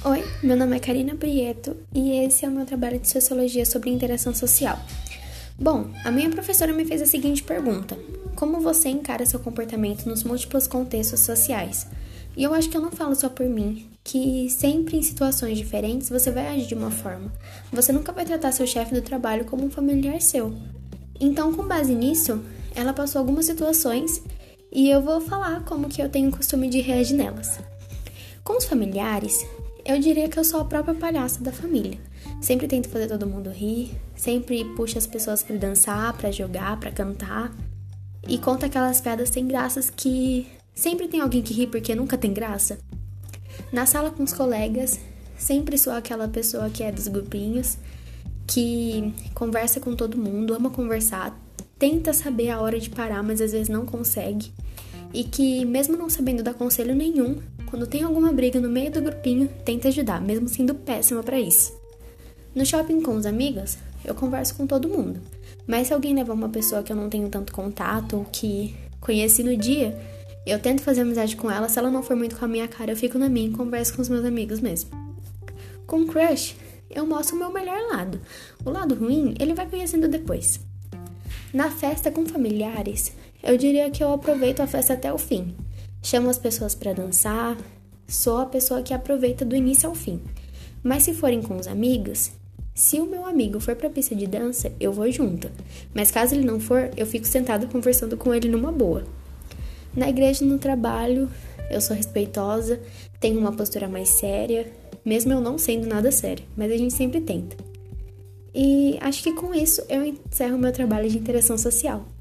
Oi, meu nome é Karina Prieto e esse é o meu trabalho de Sociologia sobre Interação Social. Bom, a minha professora me fez a seguinte pergunta: como você encara seu comportamento nos múltiplos contextos sociais? E eu acho que eu não falo só por mim, que sempre em situações diferentes você vai agir de uma forma. Você nunca vai tratar seu chefe do trabalho como um familiar seu. Então, com base nisso, ela passou algumas situações e eu vou falar como que eu tenho o costume de reagir nelas. Com os familiares, eu diria que eu sou a própria palhaça da família. Sempre tento fazer todo mundo rir, sempre puxo as pessoas pra dançar, pra jogar, pra cantar. E conto aquelas piadas sem graças que sempre tem alguém que ri porque nunca tem graça. Na sala com os colegas, sempre sou aquela pessoa que é dos grupinhos, que conversa com todo mundo, ama conversar, tenta saber a hora de parar, mas às vezes não consegue. E que, mesmo não sabendo dar conselho nenhum, quando tem alguma briga no meio do grupinho, tenta ajudar, mesmo sendo péssima pra isso. No shopping com os amigos, eu converso com todo mundo. Mas se alguém levar uma pessoa que eu não tenho tanto contato ou que conheci no dia, eu tento fazer amizade com ela. Se ela não for muito com a minha cara, eu fico na minha e converso com os meus amigos mesmo. Com crush, eu mostro o meu melhor lado. O lado ruim, ele vai conhecendo depois. Na festa com familiares, eu diria que eu aproveito a festa até o fim. Chamo as pessoas pra dançar, sou a pessoa que aproveita do início ao fim. Mas se forem com os amigos, se o meu amigo for pra pista de dança, eu vou junto. Mas caso ele não for, eu fico sentada conversando com ele numa boa. Na igreja e no trabalho, eu sou respeitosa, tenho uma postura mais séria, mesmo eu não sendo nada séria, mas a gente sempre tenta. E acho que com isso eu encerro meu trabalho de interação social.